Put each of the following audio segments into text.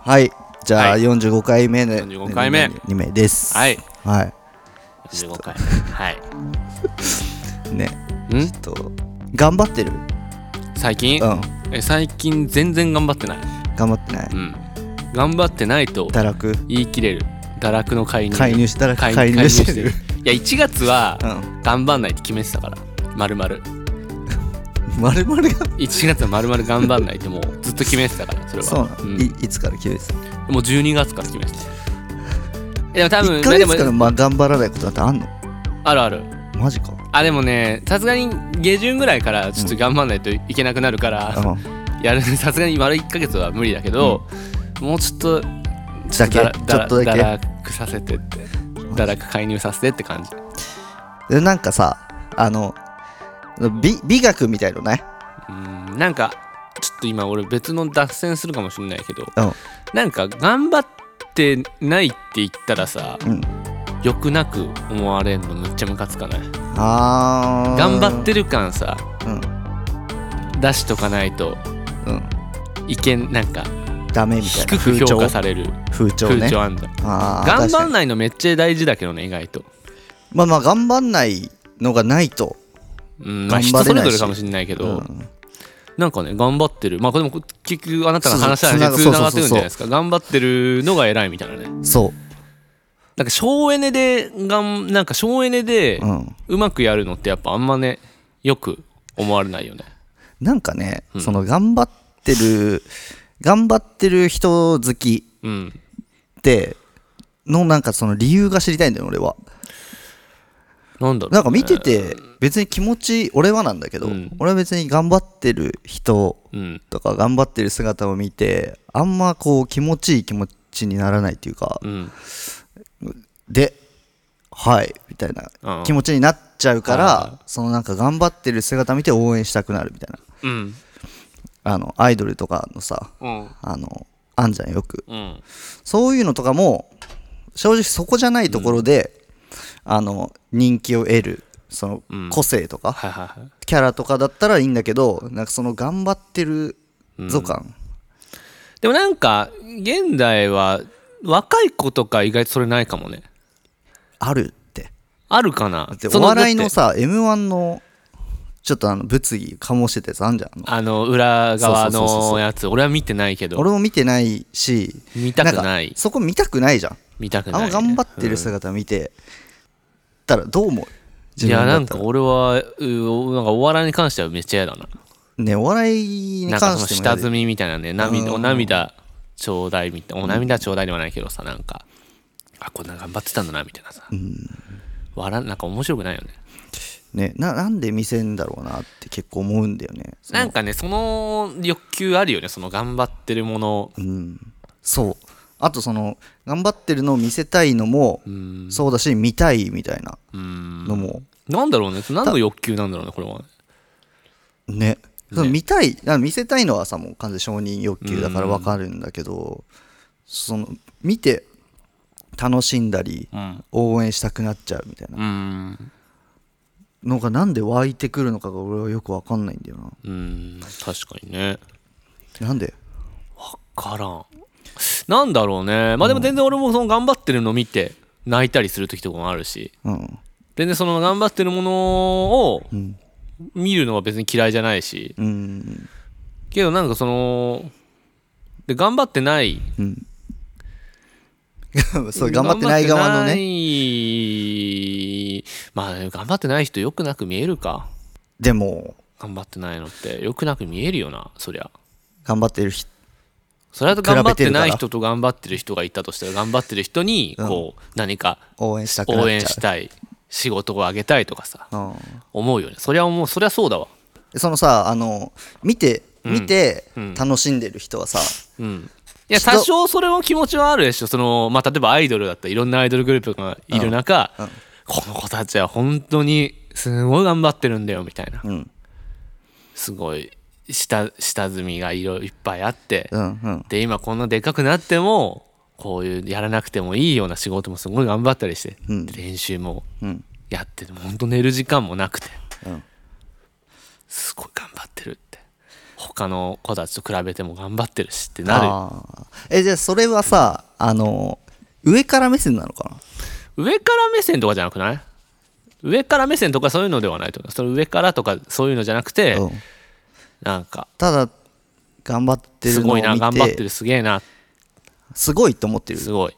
はい、じゃあ、 はい、 45回目で 45回目 2名です。 はいはい 45回はいね、ちょっと頑張ってる。 最近、最近全然頑張ってない。 頑張ってない。 頑張ってないと堕落言い切れる。堕落の介入してる。 いや1月は頑張んないって決めてたから、丸々1月は丸々頑張んないってもうずっと決めてたから。それはそうなの、いつから決めてた？ もう12月から決めてた。でも多分 1ヶ月から頑張らないことなんてあんの？ ある。 マジか。 でもね、さすがに下旬ぐらいからちょっと頑張んないといけなくなるから、やる。さすがに丸1ヶ月は無理だけど、もうちょっと堕落させてって、堕落介入させてって感じで。なんかさ、美学みたいのね。 なんかちょっと今俺別の脱線するかもしれないけど、なんか頑張ってないって言ったらさ、よくなく思われんのむっちゃムカつかない？頑張ってる感さ、出しとかないと、なんかダメみたいな、 低く評価される風潮あんだ。頑張んないのめっちゃ大事だけどね、意外と。まあ頑張んないのがないと、 人それぞれかもしれないけど、なんかね、頑張ってる。でも結局あなたが話したらつながってるんじゃないですか。頑張ってるのが偉いみたいなね。 そう。 なんか省エネでうまくやるのってやっぱあんまね、よく思われないよね。 なんかね、その頑張ってる人好きってのなんかその理由が知りたいんだよ俺は。 なんだろうね、 なんか見てて別に気持ち、俺はなんだけど、俺は別に頑張ってる人とか頑張ってる姿を見てあんまこう気持ちいい気持ちにならないっていうか、ではいみたいな気持ちになっちゃうから、そのなんか頑張ってる姿見て応援したくなるみたいな、アイドルとかのさ、あんじゃんよく、そういうのとかも正直そこじゃないところで、人気を得るその個性とか、キャラとかだったらいいんだけど、なんかその頑張ってるぞ感、 でもなんか現代は若い子とか意外とそれないかもね。 あるってあるかな。 お笑いのさ M1 のちょっと物議醸してたやつあんじゃん、 裏側のやつ。俺は見てないけど。 俺も見てないし見たくない。 そこ見たくないじゃん。 見たくない、ね、 頑張ってる姿見て、たらどう思う？ いやなんか俺はなんかお笑いに関してはめっちゃ嫌だな。 ね、お笑いに関してもなんかその下積みみたいなね、お涙ちょうだいみたいな、お涙ちょうだいではないけどさ、なんかこんな頑張ってたんだなみたいなさ、なんか面白くないよね。 なんで見せんだろうなって結構思うんだよね。 なんかね、その欲求あるよね、その頑張ってるもの。 そう。あとその頑張ってるのを見せたいのもそうだし、見たいみたいなのも、 なんだろうね、何の欲求なんだろうねこれはね。その見せたいのはさ、もう完全承認欲求だから分かるんだけど、その見て楽しんだり、応援したくなっちゃうみたいなのがなんで湧いてくるのかが俺はよく分かんないんだよな。 確かにね。 なんで？ 分からん。なんだろうね。でも全然俺もその頑張ってるの見て泣いたりする時とかもあるし、全然その頑張ってるものを見るのは別に嫌いじゃないし、けどなんかそので頑張ってない、 そう頑張ってない側のね。 頑張ってない人よくなく見えるか。 でも頑張ってないのってよくなく見えるよな。そりゃ頑張ってる人、 それは頑張ってない人と頑張ってる人がいたとしたら、頑張ってる人にこう何か応援したい、仕事をあげたいとかさ、思うよね。そりゃそうだわ。 そのさ、見て楽しんでる人はさ、 いや多少それの気持ちはあるでしょ。その例えばアイドルだったらいろんなアイドルグループがいる中、この子たちは本当にすごい頑張ってるんだよみたいな、すごい下積みがいっぱいあって、で今こんなでかくなってもこういうやらなくてもいいような仕事もすごい頑張ったりして、練習もやってて、本当寝る時間もなくて、すごい頑張ってるって他の子たちと比べても頑張ってるしってなる。じゃあそれはさ、上から目線なのかな。 上から目線とかじゃなくない？上から目線とかそういうのではないと思う。その上からとかそういうのじゃなくて、なんかただ頑張ってるのを見て、 すごいな、頑張ってる、すげえな、 すごいと思ってる。 すごい。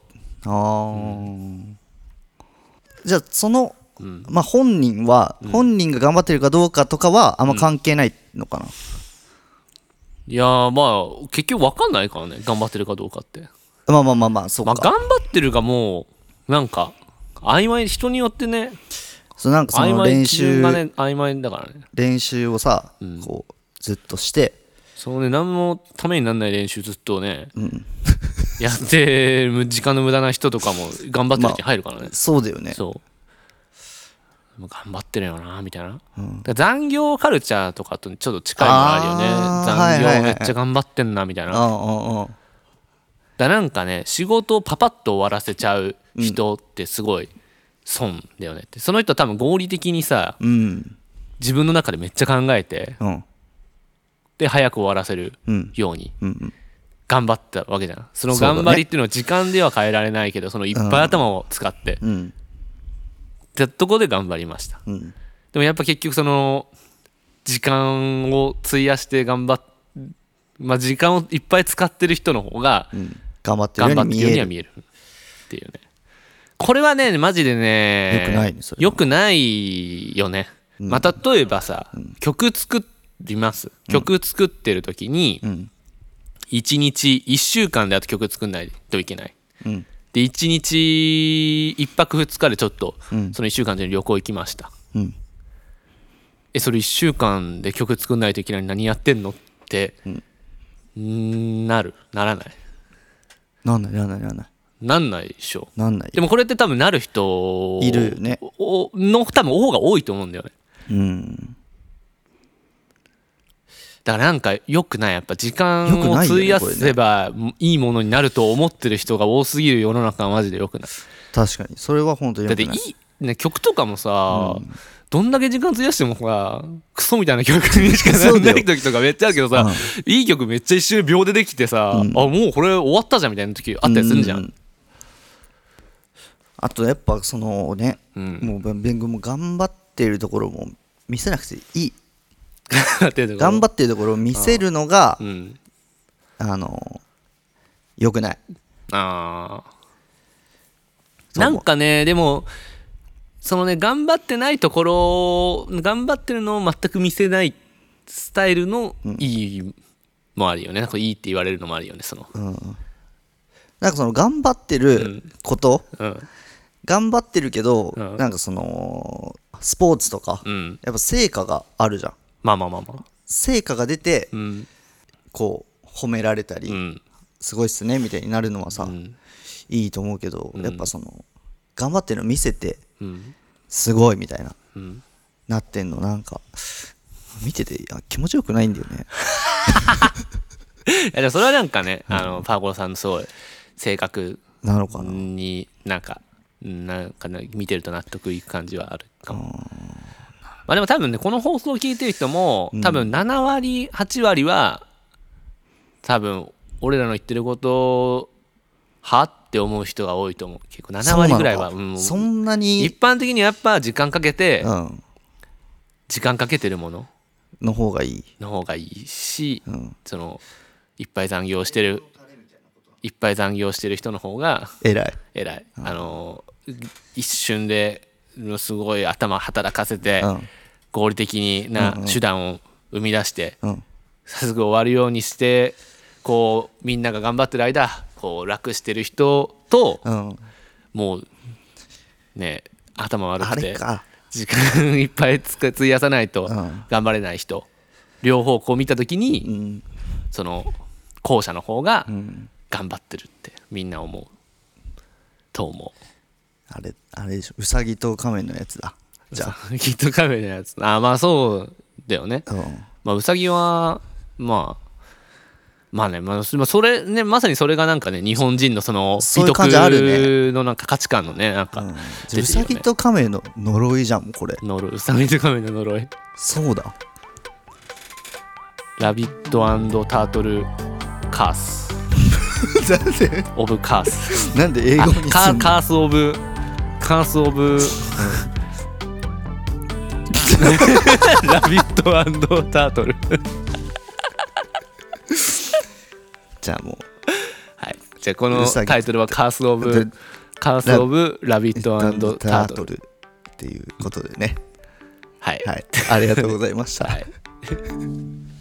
じゃあその、まあ本人が頑張ってるかどうかとかはあんま関係ないのかな。 いやー、まあ結局分かんないからね、頑張ってるかどうかって。 まあそうか。 まあ頑張ってるがもうなんか曖昧、人によってね。 なんかその練習がね曖昧だからね。 練習をさ、こうずっとして、 そうね、何もためにならない練習ずっとね、やって時間の無駄な人とかも頑張ってるうちに入るからね。 そうだよね。 そう頑張ってるよなみたいな、残業カルチャーとかとちょっと近いものあるよね。残業めっちゃ頑張ってんなみたいな。だなんかね、仕事をパパッと終わらせちゃう人ってすごい損だよねって。その人は多分合理的にさ、自分の中でめっちゃ考えて、で早く終わらせるように頑張ったわけじゃん。その頑張りっていうのは時間では変えられないけど、そのいっぱい頭を使ってってとこで頑張りました。でもやっぱ結局その時間を費やして時間をいっぱい使ってる人の方が頑張ってるようには見えるっていうね。これはねマジでねよくないね。それよくないよね。まあ例えばさ、曲作ります。曲作ってる時に1日1週間であと曲作んないといけない。で1日1泊2日でちょっとその1週間で旅行行きました。それ1週間で曲作んないといけないのに何やってんのってならない。なんないでしょ。 なんない。 でもこれって多分なる人いるよね。 の多分方が多いと思うんだよね。だからなんか良くない。やっぱ時間を費やせばいいものになると思ってる人が多すぎる世の中はマジで良くない。 確かにそれは本当に良くない。 だっていい、ね、曲とかもさ、どんだけ時間費やしてもさクソみたいな曲にしかならない時とかめっちゃあるけどさ、いい曲めっちゃ一瞬秒でできてさ、もうこれ終わったじゃんみたいな時あったりするじゃん。 あとやっぱそのね、もう弁護も頑張ってるところも見せなくていい。頑張ってるところを見せるのが良くない。 なんかね、でもそのね頑張ってないところ、頑張ってるのを全く見せないスタイルのいいもあるよね。なんかいいって言われるのもあるよね。そのなんかその頑張ってること、頑張ってるけど、なんかそのスポーツとか、やっぱ成果があるじゃん。成果が出て、こう褒められたり、すごいっすねみたいになるのはさ、いいと思うけど、やっぱその頑張ってるの見せて、すごいみたいな、なってんのなんか見てて気持ちよくないんだよね。 いやそれはなんかね、パーコロさんのすごい性格なのかなになんか見てると納得いく感じはあるかも。まあでも多分ねこの放送を聞いてる人も多分7割8割は多分俺らの言ってることはって思う人が多いと思う。結構7割ぐらいはそんなに一般的にやっぱ時間かけてるものの方がいいし、そのいっぱい残業してる人の方が偉い。一瞬ですごい頭働かせて、合理的な手段を生み出して、すぐ終わるようにしてこうみんなが頑張ってる間こう楽してる人と、もうね頭悪くて時間いっぱい費やさないと頑張れない人、両方こう見た時に、その後者の方が頑張ってるってみんな思うと思う。 あれでしょ、ウサギとカメのやつだ。じゃあウサギとカメのやつ、まあそうだよね。ウサギはまあね、それね、まさにそれがなんかね日本人のその美徳のなんか価値観のねなんかウサギとカメの呪いじゃんこれ。 ウサギとカメの呪い。 そうだ。 ラビット&タートルカースなんでオブカースなんで英語にすんの？ カースオブラビット&タートルじゃあもう、 はい、じゃあこのタイトルはカースオブラビット&タートルっていうことでね。 はい、 はい、ありがとうございました。 はい